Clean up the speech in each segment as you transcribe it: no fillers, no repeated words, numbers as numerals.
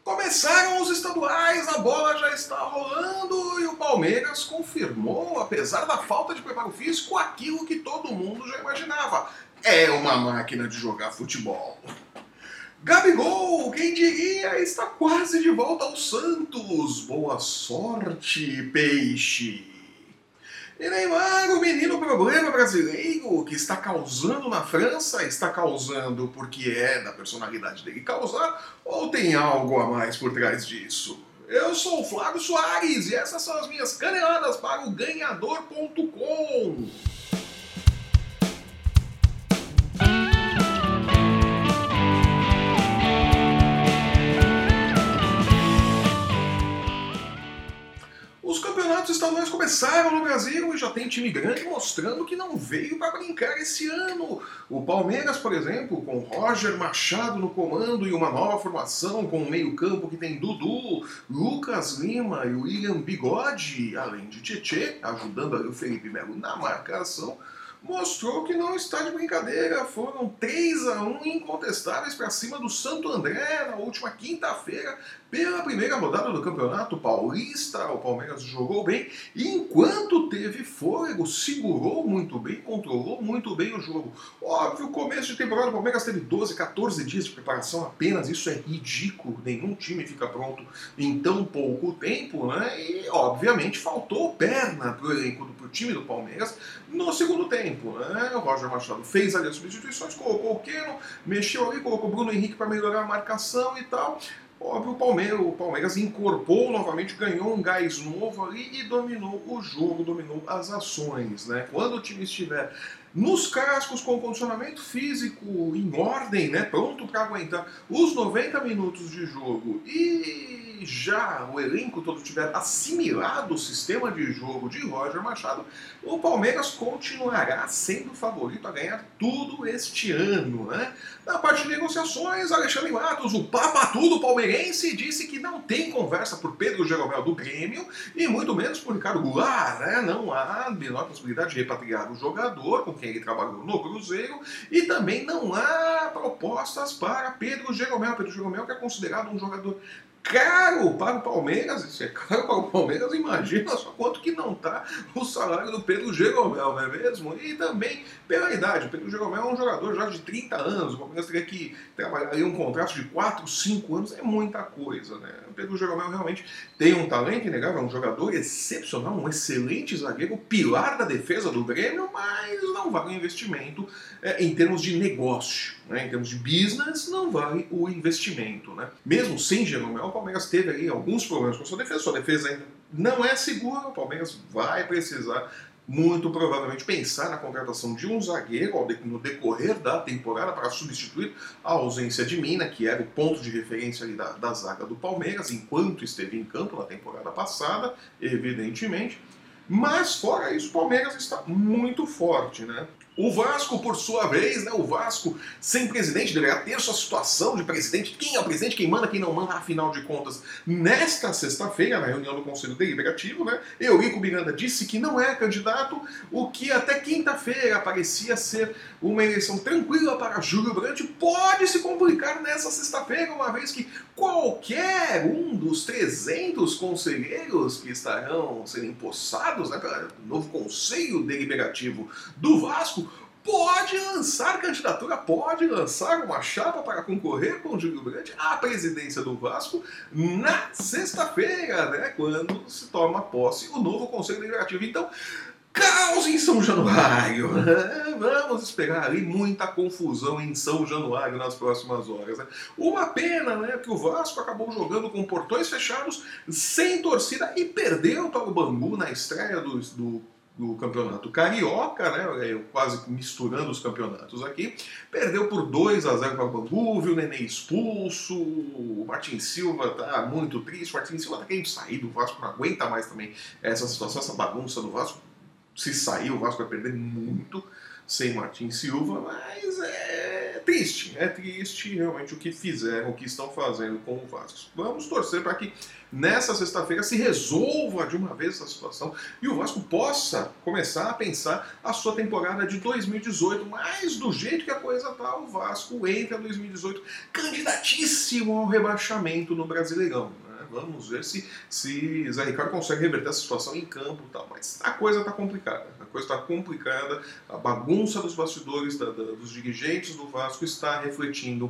Começaram os estaduais, a bola já está rolando e o Palmeiras confirmou, apesar da falta de preparo físico, aquilo que todo mundo já imaginava. É uma máquina de jogar futebol. Gabigol, quem diria, está quase de volta ao Santos. Boa sorte, peixe. E Neymar, o menino problema brasileiro que está causando na França, está causando porque é da personalidade dele causar ou tem algo a mais por trás disso? Eu sou o Flávio Soares e essas são as minhas caneladas para o ganhador.com. Os campeonatos estaduais começaram no Brasil e já tem time grande mostrando que não veio para brincar esse ano. O Palmeiras, por exemplo, com Roger Machado no comando e uma nova formação com um meio-campo que tem Dudu, Lucas Lima e William Bigode, além de Tietê, ajudando ali o Felipe Melo na marcação, mostrou que não está de brincadeira. Foram 3-1 incontestáveis para cima do Santo André na última quinta-feira, pela primeira rodada do Campeonato Paulista. O Palmeiras jogou bem e, enquanto teve fôlego, segurou muito bem, controlou muito bem o jogo. Óbvio, começo de temporada, o Palmeiras teve 12, 14 dias de preparação apenas. Isso é ridículo, nenhum time fica pronto em tão pouco tempo, né? E, obviamente, faltou perna para o elenco, para o time do Palmeiras no segundo tempo, né? O Roger Machado fez ali as substituições, colocou o Keno, mexeu ali, colocou o Bruno Henrique para melhorar a marcação e tal. Óbvio, o Palmeiras incorporou novamente, ganhou um gás novo ali e dominou o jogo, dominou as ações, né? Quando o time estiver nos cascos, com o condicionamento físico em ordem, né, pronto para aguentar os 90 minutos de jogo e já o elenco todo tiver assimilado o sistema de jogo de Roger Machado, o Palmeiras continuará sendo favorito a ganhar tudo este ano, né? Na parte de negociações, Alexandre Matos, o papatudo palmeirense, disse que não tem conversa por Pedro Jeromel do Grêmio e muito menos por Ricardo Goulart, né? Não há a menor possibilidade de repatriar o jogador com quem ele trabalhou no Cruzeiro e também não há propostas para Pedro Jeromel. Pedro Jeromel que é considerado um jogador caro para o Palmeiras, isso é caro para o Palmeiras, imagina só quanto que não está o salário do Pedro Jeromel, não é mesmo? E também pela idade, o Pedro Jeromel é um jogador já de 30 anos, o Palmeiras teria que trabalhar aí um contrato de 4, 5 anos, é muita coisa, né? O Pedro Jeromel realmente tem um talento inegável, é um jogador excepcional, um excelente zagueiro, pilar da defesa do Grêmio, mas não vale o investimento em termos de negócio, né? Em termos de business, não vale o investimento, né? Mesmo sem Jeromel, o Palmeiras teve aí alguns problemas com a sua defesa ainda não é segura, o Palmeiras vai precisar muito provavelmente pensar na contratação de um zagueiro no decorrer da temporada para substituir a ausência de Mina, que era o ponto de referência ali da zaga do Palmeiras, enquanto esteve em campo na temporada passada, evidentemente. Mas fora isso, o Palmeiras está muito forte, né? O Vasco, por sua vez, né, o Vasco sem presidente, deverá ter sua situação de presidente. Quem é o presidente, quem manda, quem não manda, afinal de contas. Nesta sexta-feira, na reunião do Conselho Deliberativo, né, Eurico Miranda disse que não é candidato, o que até quinta-feira parecia ser uma eleição tranquila para Júlio Brandt, pode se complicar nessa sexta-feira, uma vez que qualquer um dos 300 conselheiros que estarão sendo empossados, né, pelo novo Conselho Deliberativo do Vasco, pode lançar candidatura, pode lançar uma chapa para concorrer com o Júlio Brandt à presidência do Vasco na sexta-feira, né, quando se toma posse o novo Conselho Deliberativo. Então, caos em São Januário. Vamos esperar ali muita confusão em São Januário nas próximas horas. Né? Uma pena, né, que o Vasco acabou jogando com portões fechados, sem torcida e perdeu para o Bangu na estreia do campeonato carioca, né? Quase misturando os campeonatos aqui. Perdeu por 2-0 para o Bangu, viu o Nenê expulso, o Martin Silva tá muito triste, o Martin Silva tá querendo sair do Vasco, não aguenta mais também essa situação, essa bagunça do Vasco. Se sair, o Vasco vai perder muito sem Martin Silva, mas é triste realmente o que fizeram, o que estão fazendo com o Vasco. Vamos torcer para que nessa sexta-feira se resolva de uma vez essa situação e o Vasco possa começar a pensar a sua temporada de 2018, mas do jeito que a coisa tá, o Vasco entra em 2018 candidatíssimo ao rebaixamento no Brasileirão. Vamos ver se Zé Ricardo consegue reverter essa situação em campo e tal. Mas a coisa está complicada. A bagunça dos bastidores, dos dirigentes do Vasco está refletindo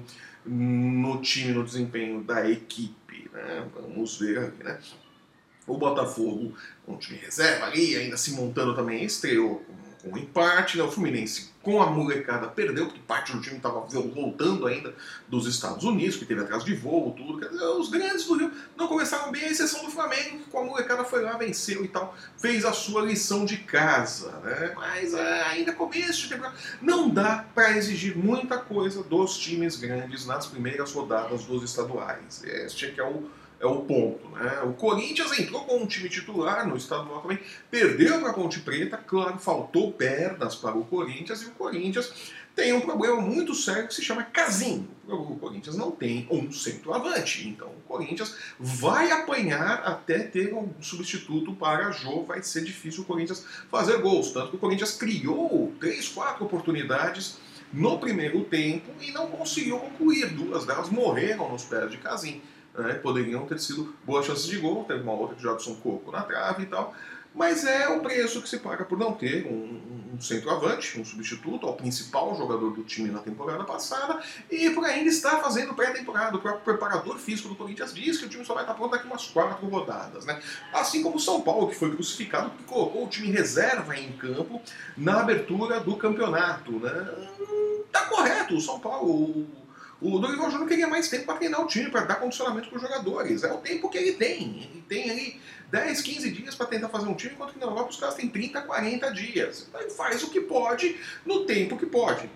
no time, no desempenho da equipe. Né? Vamos ver ali, né? O Botafogo, com o time reserva ali, ainda se montando também, estreou com um empate, né? O Fluminense com a molecada perdeu, porque parte do time estava voltando ainda dos Estados Unidos, que teve atraso de voo, tudo. Quer dizer, os grandes do Rio não começaram bem, a exceção do Flamengo, que com a molecada foi lá, venceu e tal, fez a sua lição de casa, né? Mas ainda começo de temporada. Não dá para exigir muita coisa dos times grandes nas primeiras rodadas dos estaduais. Este que é o ponto, né? O Corinthians entrou com um time titular no estadual também, perdeu para a Ponte Preta, claro, faltou pernas para o Corinthians, e o Corinthians tem um problema muito sério que se chama Casim. O Corinthians não tem um centroavante, então o Corinthians vai apanhar até ter um substituto para Jô, vai ser difícil o Corinthians fazer gols, tanto que o Corinthians criou 3, 4 oportunidades no primeiro tempo e não conseguiu concluir, 2 delas morreram nos pés de Casim. Poderiam ter sido boas chances de gol, teve uma outra que Jadson Coco na trave e tal, mas é o preço que se paga por não ter um centroavante, um substituto ao principal jogador do time na temporada passada, e por ainda estar fazendo pré-temporada. O próprio preparador físico do Corinthians diz que o time só vai estar pronto daqui umas 4 rodadas, né? Assim como o São Paulo, que foi crucificado porque colocou o time reserva em campo na abertura do campeonato, né? Tá correto, o São Paulo... O Dorival Júnior queria mais tempo para treinar o time, para dar condicionamento para os jogadores. É o tempo que ele tem. Ele tem ali 10, 15 dias para tentar fazer um time, enquanto que na Europa os caras têm 30, 40 dias. Então ele faz o que pode, no tempo que pode.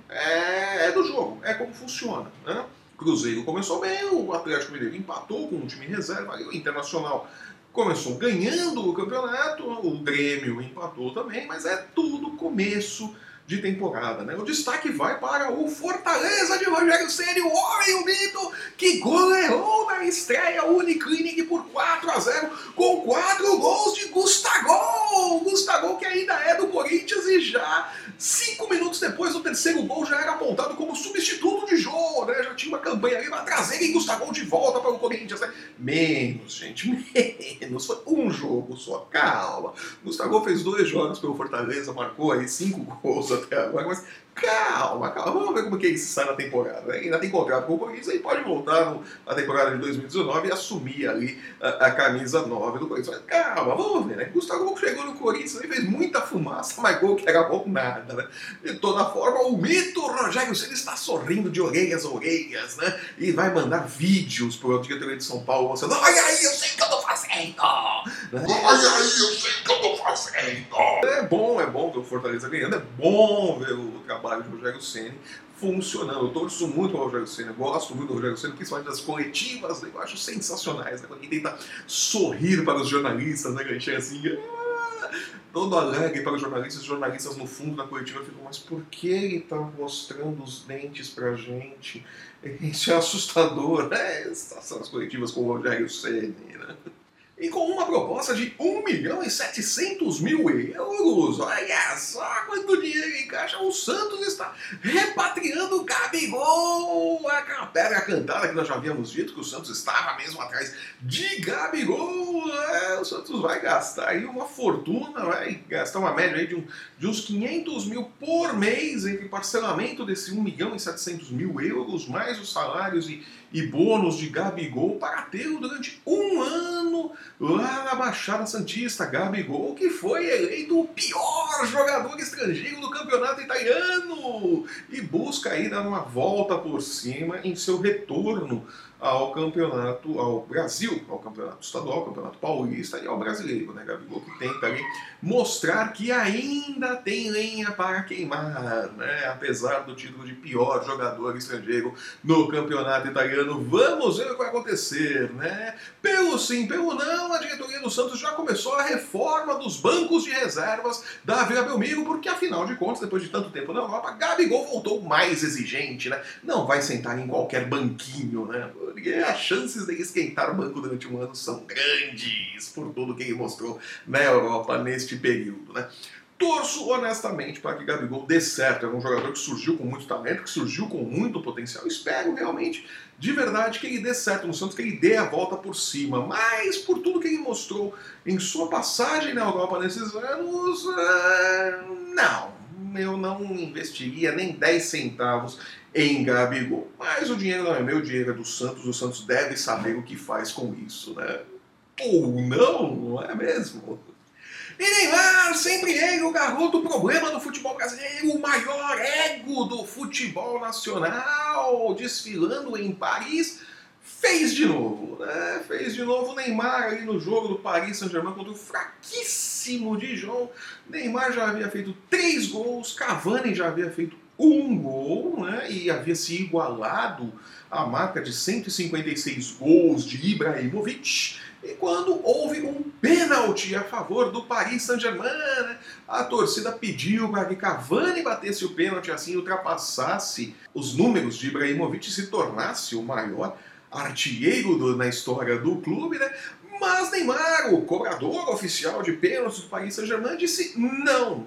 É do jogo, é como funciona. Né? O Cruzeiro começou bem, o Atlético Mineiro empatou com um time reserva, o Internacional começou ganhando o campeonato, o Grêmio empatou também, mas é tudo começo de temporada, né? O destaque vai para o Fortaleza de Rogério Ceni, o homem, o mito, que goleou na estreia Uniclinic por 4-0, com 4 gols de Gustavo! Gustavo, que ainda é do Corinthians e já 5 minutos depois do terceiro gol já era apontado como substituto de Jô, né? Já tinha uma campanha ali para trazerem Gustavo de volta para o Corinthians, né? Menos, gente, menos. Foi um jogo só, calma. Gustavo fez 2 jogos pelo Fortaleza, marcou aí 5 gols até agora, mas calma, vamos ver como que ele sai na temporada. Ainda tem contrato com o Corinthians, aí pode voltar na temporada de 2019 e assumir ali a camisa 9 do Corinthians. Mas calma, vamos ver, né? Gustavo chegou no Corinthians e fez muita fumaça, mas gol que era bom nada, né? De toda forma, o mito Rogério Ceni está sorrindo de orelhas a orelhas, né? E vai mandar vídeos pro diretoria de São Paulo mostrando: olha aí, eu sei o que eu tô fazendo! Né? Olha aí, eu sei o que eu tô fazendo! É bom ver o Fortaleza ganhando, é bom ver o trabalho de Rogério Ceni funcionando. Eu torço muito ao Rogério Ceni, gosto muito do Rogério Ceni, principalmente das coletivas, né? Eu acho sensacionais, né? Quando ele tenta sorrir para os jornalistas, né? Que a gente chega assim, todo alegre para os jornalistas no fundo da coletiva ficam: mas por que ele tá mostrando os dentes pra gente? Isso é assustador, né? Essas são as coletivas com o Rogério Ceni, né? E com uma proposta de 1.700.000 euros. Olha só quanto dinheiro em caixa. O Santos está repatriando o Gabigol. Aquela pedra cantada que nós já havíamos dito, que o Santos estava mesmo atrás de Gabigol. O Santos vai gastar aí uma fortuna, vai gastar uma média aí de uns 500 mil por mês entre parcelamento desse 1.700.000 euros, mais os salários e bônus de Gabigol para tê-lo durante um ano lá na Baixada Santista. Gabigol, que foi eleito o pior jogador estrangeiro do campeonato italiano e busca aí dar uma volta por cima em seu retorno ao campeonato, ao Brasil, ao campeonato estadual, ao campeonato paulista e ao brasileiro, né? Gabigol que tenta ali mostrar que ainda tem lenha para queimar, né? Apesar do título de pior jogador estrangeiro no campeonato italiano. Vamos ver o que vai acontecer, né? Pelo sim, pelo não, a diretoria do Santos já começou a reforma dos bancos de reservas da Vila Belmiro, porque afinal de contas, depois de tanto tempo na Europa, Gabigol voltou mais exigente, né? Não vai sentar em qualquer banquinho, né? Porque as chances de esquentar o banco durante um ano são grandes, por tudo que ele mostrou na Europa neste período, né? Torço honestamente para que Gabigol dê certo. É um jogador que surgiu com muito talento, que surgiu com muito potencial. Espero realmente, de verdade, que ele dê certo no Santos, que ele dê a volta por cima. Mas, por tudo que ele mostrou em sua passagem na Europa nesses anos, não. Eu não investiria nem 10 centavos em Gabigol. Mas o dinheiro não é meu, o dinheiro é do Santos. O Santos deve saber o que faz com isso, né? Ou não é mesmo? E Neymar, sempre ele, o garoto problema do futebol brasileiro, o maior ego do futebol nacional, desfilando em Paris, fez de novo, né? Fez de novo o Neymar ali no jogo do Paris Saint-Germain contra o fraquíssimo Dijon. Neymar já havia feito 3 gols, Cavani já havia feito 1 gol, né? E havia se igualado a marca de 156 gols de Ibrahimovic. E quando houve um pênalti a favor do Paris Saint-Germain, né, a torcida pediu para que Cavani batesse o pênalti, assim ultrapassasse os números de Ibrahimovic e se tornasse o maior artilheiro na história do clube, né? Mas Neymar, o cobrador oficial de pênaltis do Paris Saint-Germain, disse não,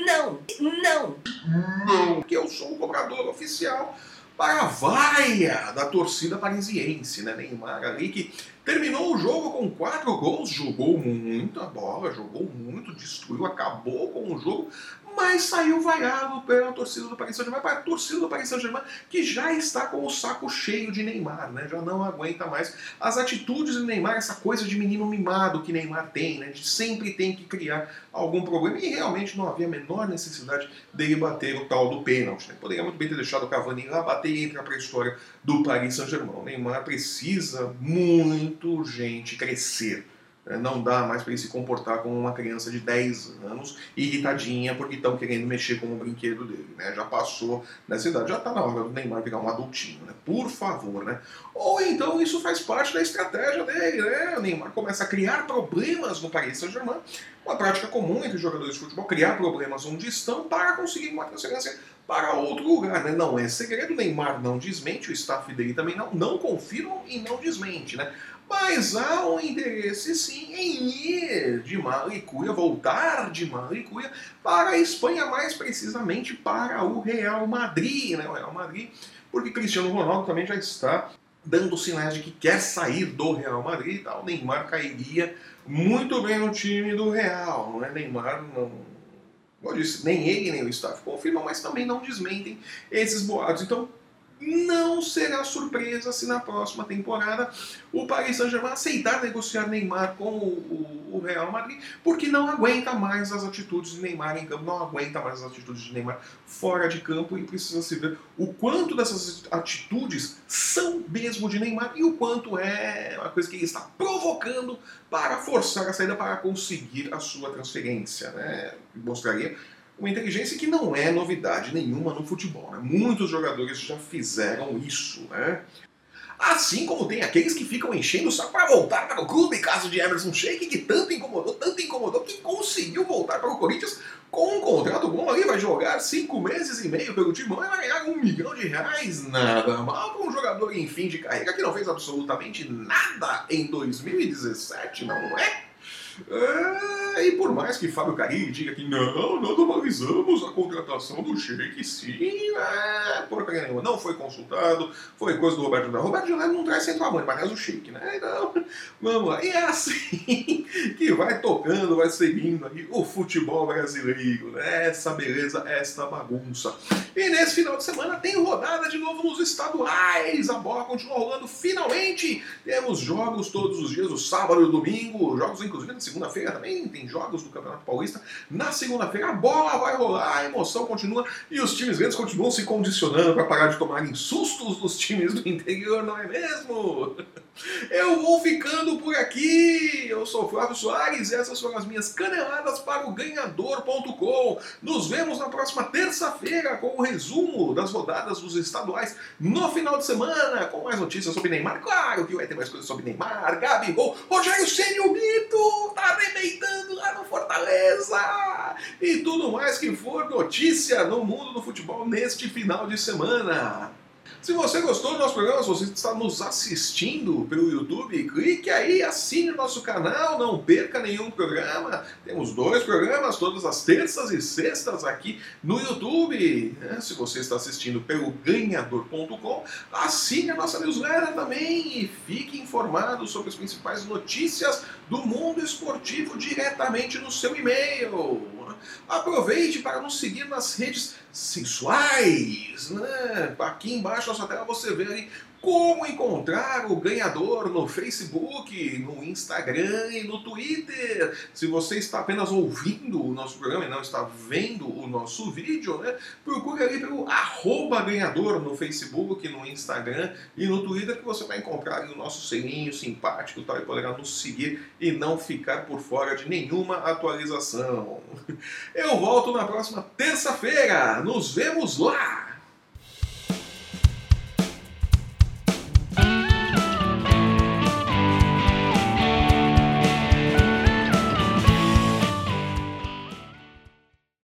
que eu sou o cobrador oficial, para a vaia da torcida parisiense, né? Neymar ali que terminou o jogo com 4 gols, jogou muita bola, jogou muito, destruiu, acabou com o jogo, mas saiu vaiado pela torcida do Paris Saint-Germain, para a torcida do Paris Saint-Germain que já está com o saco cheio de Neymar, né? Já não aguenta mais as atitudes de Neymar, essa coisa de menino mimado que Neymar tem, né? De sempre tem que criar algum problema, e realmente não havia a menor necessidade dele bater o tal do pênalti, né? Poderia muito bem ter deixado o Cavani lá bater e entrar para a história do Paris Saint-Germain. O Neymar precisa muito urgente crescer. Não dá mais para ele se comportar como uma criança de 10 anos, irritadinha porque estão querendo mexer com o brinquedo dele, né? Já passou nessa idade, já está na hora do Neymar virar um adultinho, né? Por favor, né? Ou então isso faz parte da estratégia dele, né? O Neymar começa a criar problemas no Paris Saint-Germain, uma prática comum entre os jogadores de futebol, criar problemas onde estão para conseguir uma transferência para outro lugar, né? Não é segredo, o Neymar não desmente, o staff dele também não confirma e não desmente, né? Mas há um interesse sim em ir de Malicuia, voltar de Malicuia para a Espanha, mais precisamente para o Real Madrid, né? O Real Madrid, porque Cristiano Ronaldo também já está dando sinais de que quer sair do Real Madrid e tal. O Neymar cairia muito bem no time do Real, né? Neymar não... Como eu disse, nem ele nem o staff confirmam, mas também não desmentem esses boatos. Então, não será surpresa se na próxima temporada o Paris Saint-Germain aceitar negociar Neymar com o Real Madrid, porque não aguenta mais as atitudes de Neymar em campo, não aguenta mais as atitudes de Neymar fora de campo, e precisa se ver o quanto dessas atitudes são mesmo de Neymar e o quanto é uma coisa que ele está provocando para forçar a saída, para conseguir a sua transferência, né? Mostraria uma inteligência que não é novidade nenhuma no futebol, né? Muitos jogadores já fizeram isso, né? Assim como tem aqueles que ficam enchendo o saco para voltar para o clube, caso de Emerson Sheik, que tanto incomodou, que conseguiu voltar para o Corinthians com um contrato bom ali, vai jogar 5 meses e meio pelo Timão e vai ganhar R$1 milhão. Nada mal para um jogador em fim de carreira que não fez absolutamente nada em 2017, não é? E por mais que Fábio Carilli diga que não analisamos a contratação do Sheik, sim, porcaria nenhuma, não foi consultado, foi coisa do Roberto José. Roberto José não traz centroavante, mas traz o Sheik, né? Então, vamos lá. E é assim que vai tocando, vai seguindo aí o futebol brasileiro, né? Essa beleza, esta bagunça. E nesse final de semana tem rodada de novo nos estaduais, a bola continua rolando, finalmente temos jogos todos os dias, o sábado e o domingo, jogos inclusive de segunda-feira também tem jogos do Campeonato Paulista. Na segunda-feira a bola vai rolar, a emoção continua e os times grandes continuam se condicionando para parar de tomarem sustos dos times do interior, não é mesmo? Eu vou ficando por aqui. Eu sou Flávio Soares e essas foram as minhas caneladas para o Ganhador.com. Nos vemos na próxima terça-feira com o resumo das rodadas dos estaduais no final de semana, com mais notícias sobre Neymar. Claro que vai ter mais coisas sobre Neymar, Gabigol, Rogério Ceni, o mito, tá arrebentando lá no Fortaleza e tudo mais que for notícia no mundo do futebol neste final de semana. Se você gostou do nosso programa, se você está nos assistindo pelo YouTube, clique aí, assine o nosso canal, não perca nenhum programa. Temos 2 programas todas as terças e sextas aqui no YouTube. Se você está assistindo pelo Ganhador.com, assine a nossa newsletter também e fique informado sobre as principais notícias do mundo esportivo diretamente no seu e-mail. Aproveite para nos seguir nas redes sensuais, né? Aqui embaixo da sua tela você vê aí como encontrar o ganhador no Facebook, no Instagram e no Twitter. Se você está apenas ouvindo o nosso programa e não está vendo o nosso vídeo, né, procure ali pelo @ganhador no Facebook, no Instagram e no Twitter, que você vai encontrar ali o nosso selinho simpático e tal, e poderá nos seguir e não ficar por fora de nenhuma atualização. Eu volto na próxima terça-feira. Nos vemos lá!